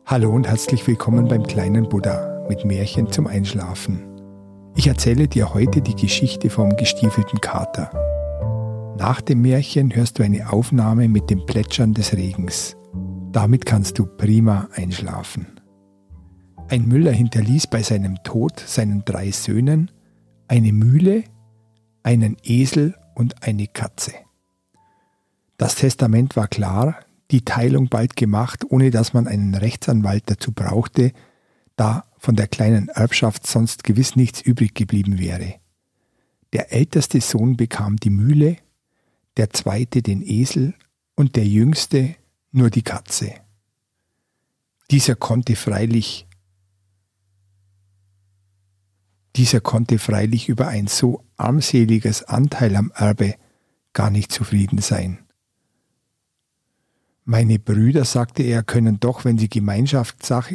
Hallo und herzlich willkommen beim kleinen Buddha mit Märchen zum Einschlafen. Ich erzähle dir heute die Geschichte vom gestiefelten Kater. Nach dem Märchen hörst du eine Aufnahme mit dem Plätschern des Regens. Damit kannst du prima einschlafen. Ein Müller hinterließ bei seinem Tod seinen 3 Söhnen eine Mühle, einen Esel und eine Katze. Das Testament war klar, die Teilung bald gemacht, ohne dass man einen Rechtsanwalt dazu brauchte, da von der kleinen Erbschaft sonst gewiss nichts übrig geblieben wäre. Der älteste Sohn bekam die Mühle, der zweite den Esel und der jüngste nur die Katze. Dieser konnte freilich über ein so armseliges Anteil am Erbe gar nicht zufrieden sein. Meine Brüder, sagte er, können doch, wenn sie gemeinschaftliche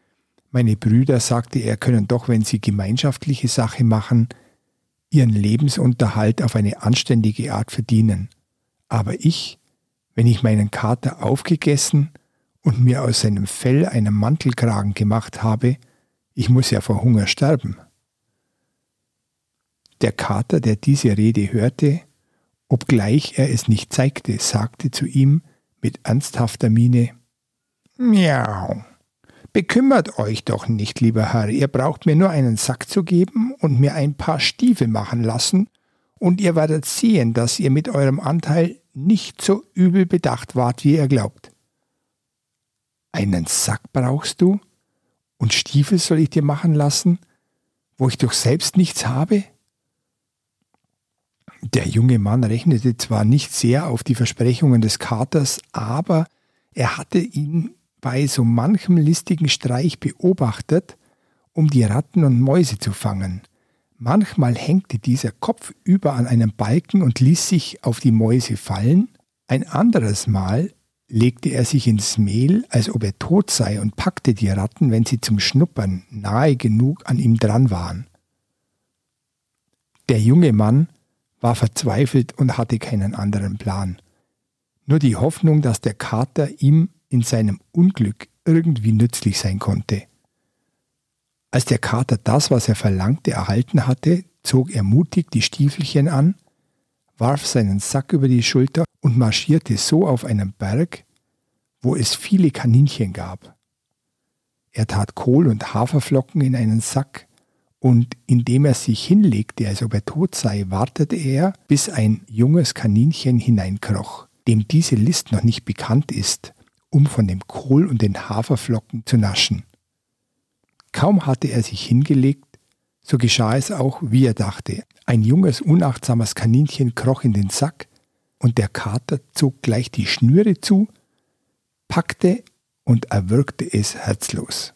Sache machen, ihren Lebensunterhalt auf eine anständige Art verdienen. Aber ich, wenn ich meinen Kater aufgegessen und mir aus seinem Fell einen Mantelkragen gemacht habe, ich muss ja vor Hunger sterben. Der Kater, der diese Rede hörte, obgleich er es nicht zeigte, sagte zu ihm mit ernsthafter Miene: »Miau, bekümmert euch doch nicht, lieber Herr, ihr braucht mir nur einen Sack zu geben und mir ein paar Stiefel machen lassen, und ihr werdet sehen, dass ihr mit eurem Anteil nicht so übel bedacht wart, wie ihr glaubt.« »Einen Sack brauchst du? Und Stiefel soll ich dir machen lassen, wo ich doch selbst nichts habe?« Der junge Mann rechnete zwar nicht sehr auf die Versprechungen des Katers, aber er hatte ihn bei so manchem listigen Streich beobachtet, um die Ratten und Mäuse zu fangen. Manchmal hängte dieser kopfüber an einem Balken und ließ sich auf die Mäuse fallen, ein anderes Mal legte er sich ins Mehl, als ob er tot sei, und packte die Ratten, wenn sie zum Schnuppern nahe genug an ihm dran waren. Der junge Mann war verzweifelt und hatte keinen anderen Plan. Nur die Hoffnung, dass der Kater ihm in seinem Unglück irgendwie nützlich sein konnte. Als der Kater das, was er verlangte, erhalten hatte, zog er mutig die Stiefelchen an, warf seinen Sack über die Schulter und marschierte so auf einen Berg, wo es viele Kaninchen gab. Er tat Kohl und Haferflocken in einen Sack, und indem er sich hinlegte, als ob er tot sei, wartete er, bis ein junges Kaninchen hineinkroch, dem diese List noch nicht bekannt ist, um von dem Kohl und den Haferflocken zu naschen. Kaum hatte er sich hingelegt, so geschah es auch, wie er dachte. Ein junges, unachtsames Kaninchen kroch in den Sack, und der Kater zog gleich die Schnüre zu, packte und erwürgte es herzlos.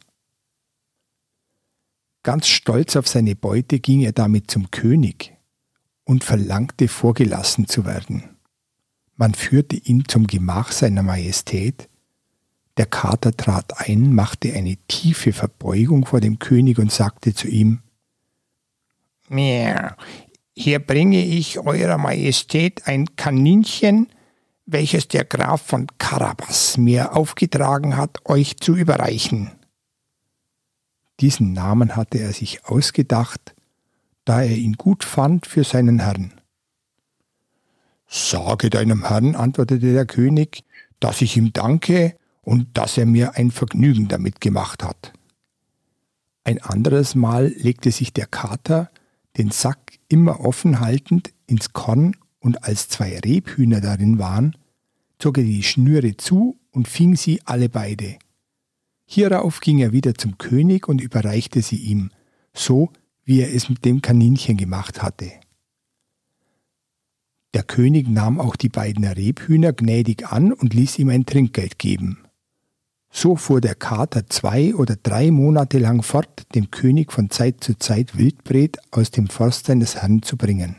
Ganz stolz auf seine Beute ging er damit zum König und verlangte, vorgelassen zu werden. Man führte ihn zum Gemach seiner Majestät. Der Kater trat ein, machte eine tiefe Verbeugung vor dem König und sagte zu ihm: »Miau, hier bringe ich Eurer Majestät ein Kaninchen, welches der Graf von Carabas mir aufgetragen hat, euch zu überreichen.« Diesen Namen hatte er sich ausgedacht, da er ihn gut fand für seinen Herrn. »Sage deinem Herrn«, antwortete der König, »dass ich ihm danke und dass er mir ein Vergnügen damit gemacht hat.« Ein anderes Mal legte sich der Kater, den Sack immer offen haltend, ins Korn, und als 2 Rebhühner darin waren, zog er die Schnüre zu und fing sie alle beide. Hierauf ging er wieder zum König und überreichte sie ihm, so wie er es mit dem Kaninchen gemacht hatte. Der König nahm auch die beiden Rebhühner gnädig an und ließ ihm ein Trinkgeld geben. So fuhr der Kater 2 oder 3 Monate lang fort, dem König von Zeit zu Zeit Wildbret aus dem Forst seines Herrn zu bringen.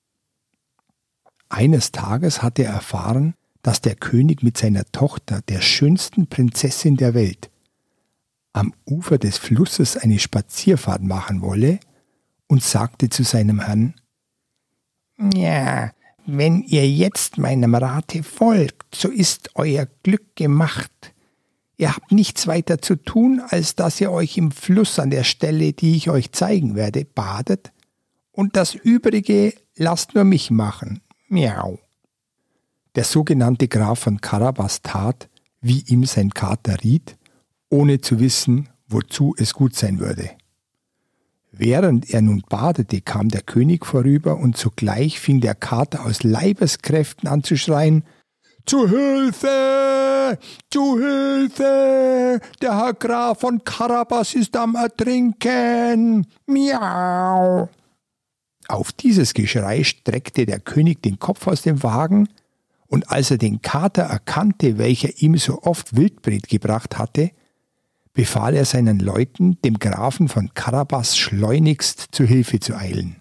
Eines Tages hatte er erfahren, dass der König mit seiner Tochter, der schönsten Prinzessin der Welt, am Ufer des Flusses eine Spazierfahrt machen wolle, und sagte zu seinem Herrn: »Ja, wenn ihr jetzt meinem Rate folgt, so ist euer Glück gemacht. Ihr habt nichts weiter zu tun, als dass ihr euch im Fluss an der Stelle, die ich euch zeigen werde, badet, und das Übrige lasst nur mich machen. Miau. Der sogenannte Graf von Carabas tat, wie ihm sein Kater riet, ohne zu wissen, wozu es gut sein würde. Während er nun badete, kam der König vorüber und sogleich fing der Kater aus Leibeskräften an zu schreien: »Zu Hilfe! Zu Hilfe! Der Herr Graf von Carabas ist am Ertrinken! Miau!« Auf dieses Geschrei streckte der König den Kopf aus dem Wagen, und als er den Kater erkannte, welcher ihm so oft Wildbret gebracht hatte, befahl er seinen Leuten, dem Grafen von Carabas schleunigst zu Hilfe zu eilen.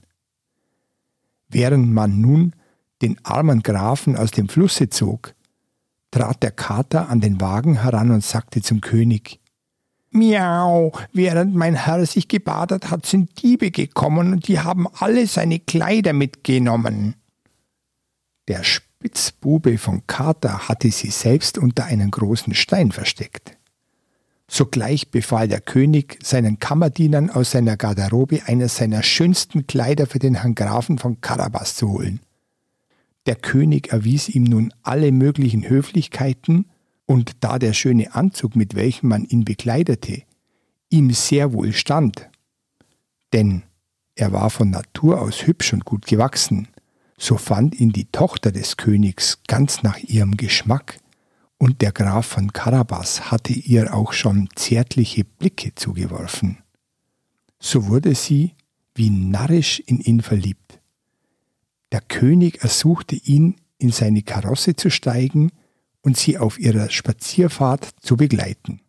Während man nun den armen Grafen aus dem Flusse zog, trat der Kater an den Wagen heran und sagte zum König: »Miau, während mein Herr sich gebadet hat, sind Diebe gekommen und die haben alle seine Kleider mitgenommen.« Der Spitzbube von Kater hatte sie selbst unter einen großen Stein versteckt. Sogleich befahl der König seinen Kammerdienern, aus seiner Garderobe eines seiner schönsten Kleider für den Herrn Grafen von Carabas zu holen. Der König erwies ihm nun alle möglichen Höflichkeiten, und da der schöne Anzug, mit welchem man ihn bekleidete, ihm sehr wohl stand, denn er war von Natur aus hübsch und gut gewachsen, so fand ihn die Tochter des Königs ganz nach ihrem Geschmack, und der Graf von Carabas hatte ihr auch schon zärtliche Blicke zugeworfen. So wurde sie wie narrisch in ihn verliebt. Der König ersuchte ihn, in seine Karosse zu steigen und sie auf ihrer Spazierfahrt zu begleiten.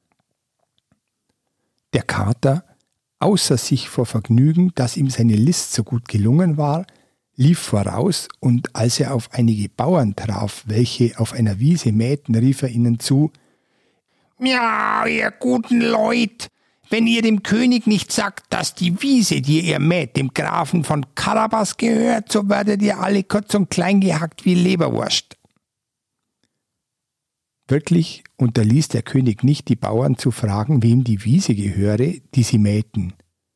Der Kater, außer sich vor Vergnügen, dass ihm seine List so gut gelungen war, lief voraus, und als er auf einige Bauern traf, welche auf einer Wiese mähten, rief er ihnen zu: »Miau, ihr guten Leut, wenn ihr dem König nicht sagt, dass die Wiese, die ihr mäht, dem Grafen von Carabas gehört, so werdet ihr alle kurz und klein gehackt wie Leberwurst.« Wirklich unterließ der König nicht, die Bauern zu fragen, wem die Wiese gehöre, die sie mähten.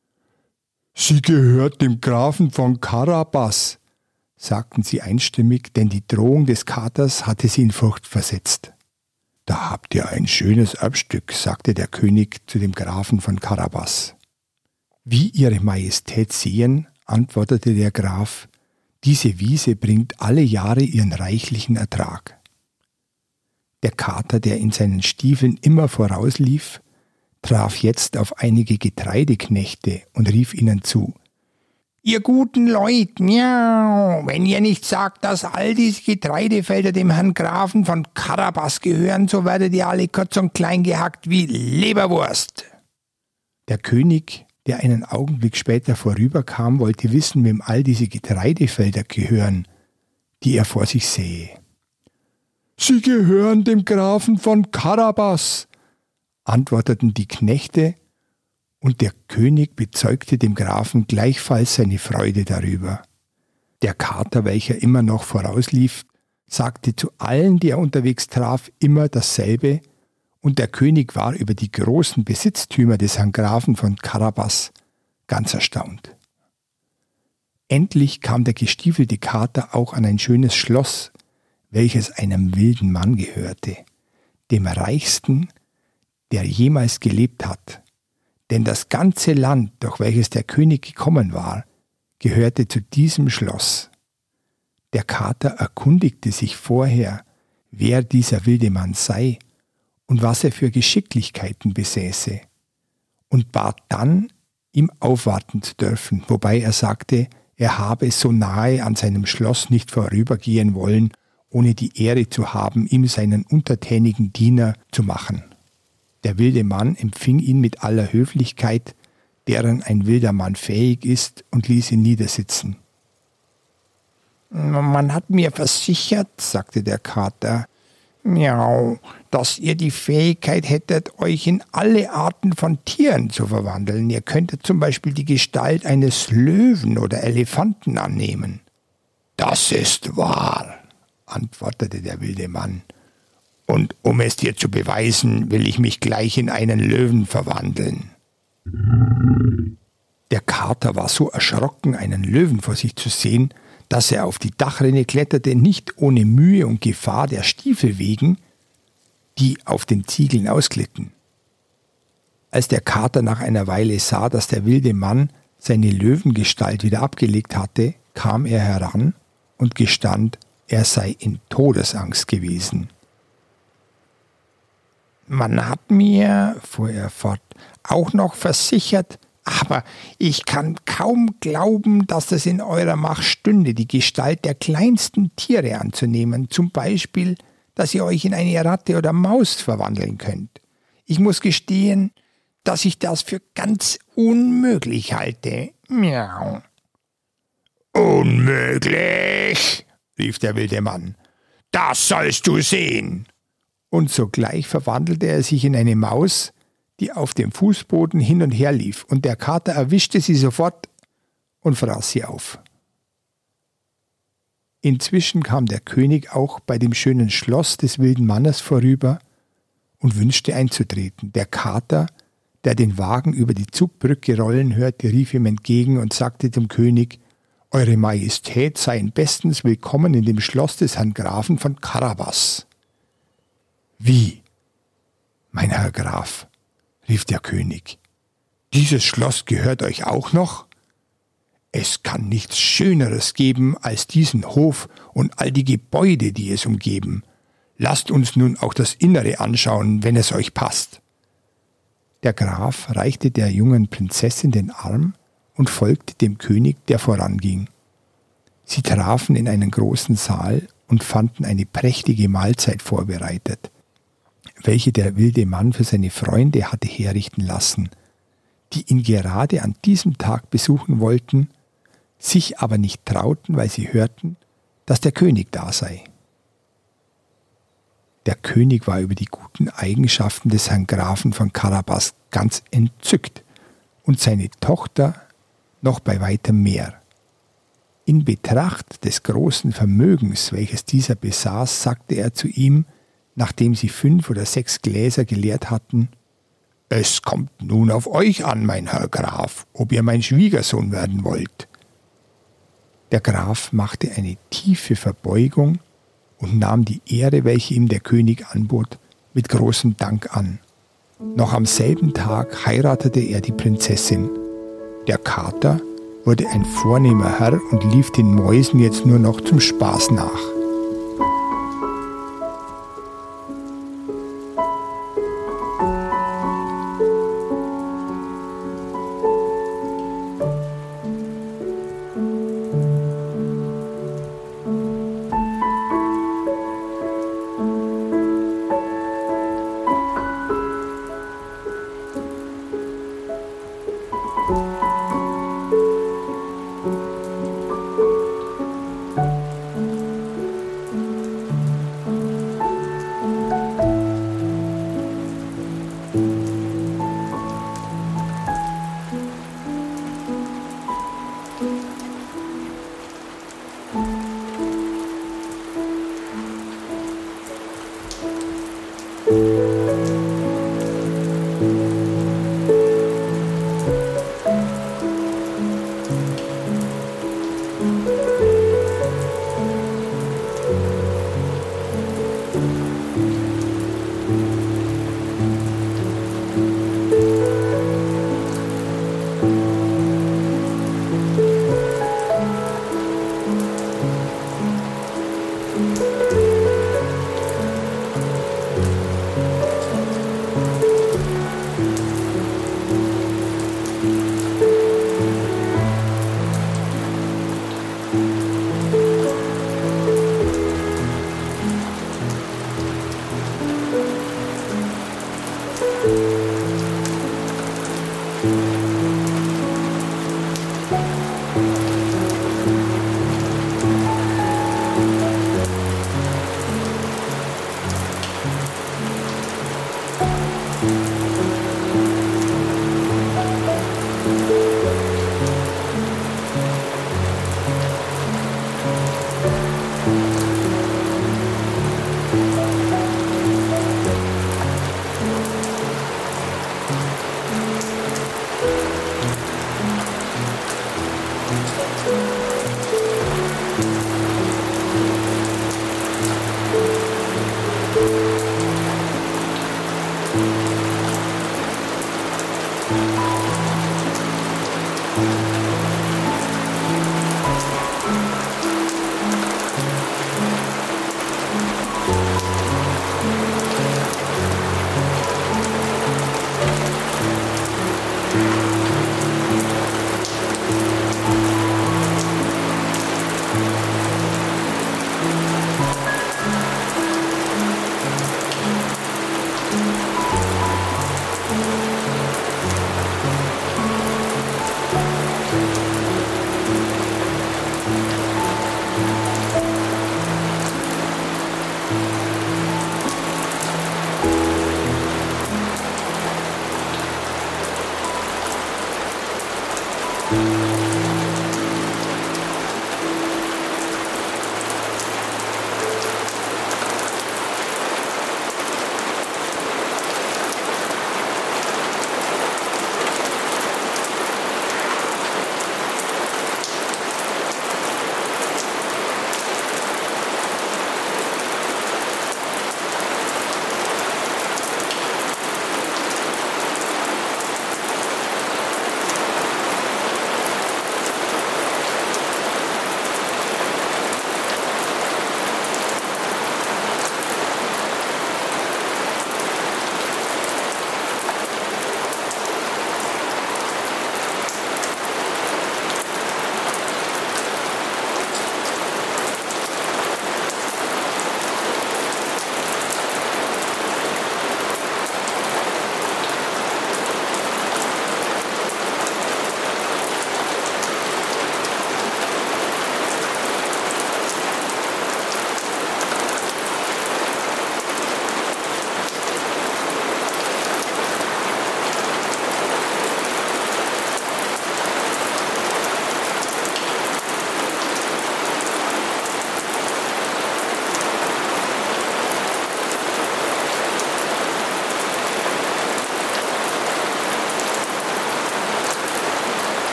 »Sie gehört dem Grafen von Carabas«, sagten sie einstimmig, denn die Drohung des Katers hatte sie in Furcht versetzt. »Da habt ihr ein schönes Erbstück«, sagte der König zu dem Grafen von Carabas. »Wie Ihre Majestät sehen«, antwortete der Graf, »diese Wiese bringt alle Jahre ihren reichlichen Ertrag.« Der Kater, der in seinen Stiefeln immer vorauslief, traf jetzt auf einige Getreideknechte und rief ihnen zu: »Ihr guten Leut, miau, wenn ihr nicht sagt, dass all diese Getreidefelder dem Herrn Grafen von Carabas gehören, so werdet ihr alle kurz und klein gehackt wie Leberwurst.« Der König, der einen Augenblick später vorüberkam, wollte wissen, wem all diese Getreidefelder gehören, die er vor sich sähe. »Sie gehören dem Grafen von Carabas«, antworteten die Knechte, und der König bezeugte dem Grafen gleichfalls seine Freude darüber. Der Kater, welcher immer noch vorauslief, sagte zu allen, die er unterwegs traf, immer dasselbe, und der König war über die großen Besitztümer des Herrn Grafen von Carabas ganz erstaunt. Endlich kam der gestiefelte Kater auch an ein schönes Schloss, welches einem wilden Mann gehörte, dem reichsten, der jemals gelebt hat, denn das ganze Land, durch welches der König gekommen war, gehörte zu diesem Schloss. Der Kater erkundigte sich vorher, wer dieser wilde Mann sei und was er für Geschicklichkeiten besäße, und bat dann, ihm aufwarten zu dürfen, wobei er sagte, er habe so nahe an seinem Schloss nicht vorübergehen wollen, ohne die Ehre zu haben, ihm seinen untertänigen Diener zu machen. Der wilde Mann empfing ihn mit aller Höflichkeit, deren ein wilder Mann fähig ist, und ließ ihn niedersitzen. »Man hat mir versichert«, sagte der Kater, »miau, dass ihr die Fähigkeit hättet, euch in alle Arten von Tieren zu verwandeln. Ihr könntet zum Beispiel die Gestalt eines Löwen oder Elefanten annehmen.« »Das ist wahr«, antwortete der wilde Mann, Und um es dir zu beweisen, will ich mich gleich in einen Löwen verwandeln. Der Kater war so erschrocken, einen Löwen vor sich zu sehen, dass er auf die Dachrinne kletterte, nicht ohne Mühe und Gefahr der Stiefel wegen, die auf den Ziegeln ausglitten. Als der Kater nach einer Weile sah, dass der wilde Mann seine Löwengestalt wieder abgelegt hatte, kam er heran und gestand, er sei in Todesangst gewesen. Man hat mir, fuhr er fort, auch noch versichert, aber ich kann kaum glauben, dass es in eurer Macht stünde, die Gestalt der kleinsten Tiere anzunehmen, zum Beispiel, dass ihr euch in eine Ratte oder Maus verwandeln könnt. Ich muss gestehen, dass ich das für ganz unmöglich halte. Miau. Unmöglich, rief der wilde Mann. Das sollst du sehen. Und sogleich verwandelte er sich in eine Maus, die auf dem Fußboden hin und her lief, und der Kater erwischte sie sofort und fraß sie auf. Inzwischen kam der König auch bei dem schönen Schloss des wilden Mannes vorüber und wünschte einzutreten. Der Kater, der den Wagen über die Zugbrücke rollen hörte, rief ihm entgegen und sagte zum König, Eure Majestät seien bestens willkommen in dem Schloss des Herrn Grafen von Carabas. Wie, mein Herr Graf, rief der König, dieses Schloss gehört euch auch noch? Es kann nichts Schöneres geben als diesen Hof und all die Gebäude, die es umgeben. Lasst uns nun auch das Innere anschauen, wenn es euch passt. Der Graf reichte der jungen Prinzessin den Arm und folgte dem König, der voranging. Sie trafen in einen großen Saal und fanden eine prächtige Mahlzeit vorbereitet, welche der wilde Mann für seine Freunde hatte herrichten lassen, die ihn gerade an diesem Tag besuchen wollten, sich aber nicht trauten, weil sie hörten, dass der König da sei. Der König war über die guten Eigenschaften des Herrn Grafen von Carabas ganz entzückt und seine Tochter noch bei weitem mehr. In Betracht des großen Vermögens, welches dieser besaß, sagte er zu ihm, nachdem sie 5 oder 6 Gläser geleert hatten, »Es kommt nun auf euch an, mein Herr Graf, ob ihr mein Schwiegersohn werden wollt.« Der Graf machte eine tiefe Verbeugung und nahm die Ehre, welche ihm der König anbot, mit großem Dank an. Noch am selben Tag heiratete er die Prinzessin. Der Kater wurde ein vornehmer Herr und lief den Mäusen jetzt nur noch zum Spaß nach.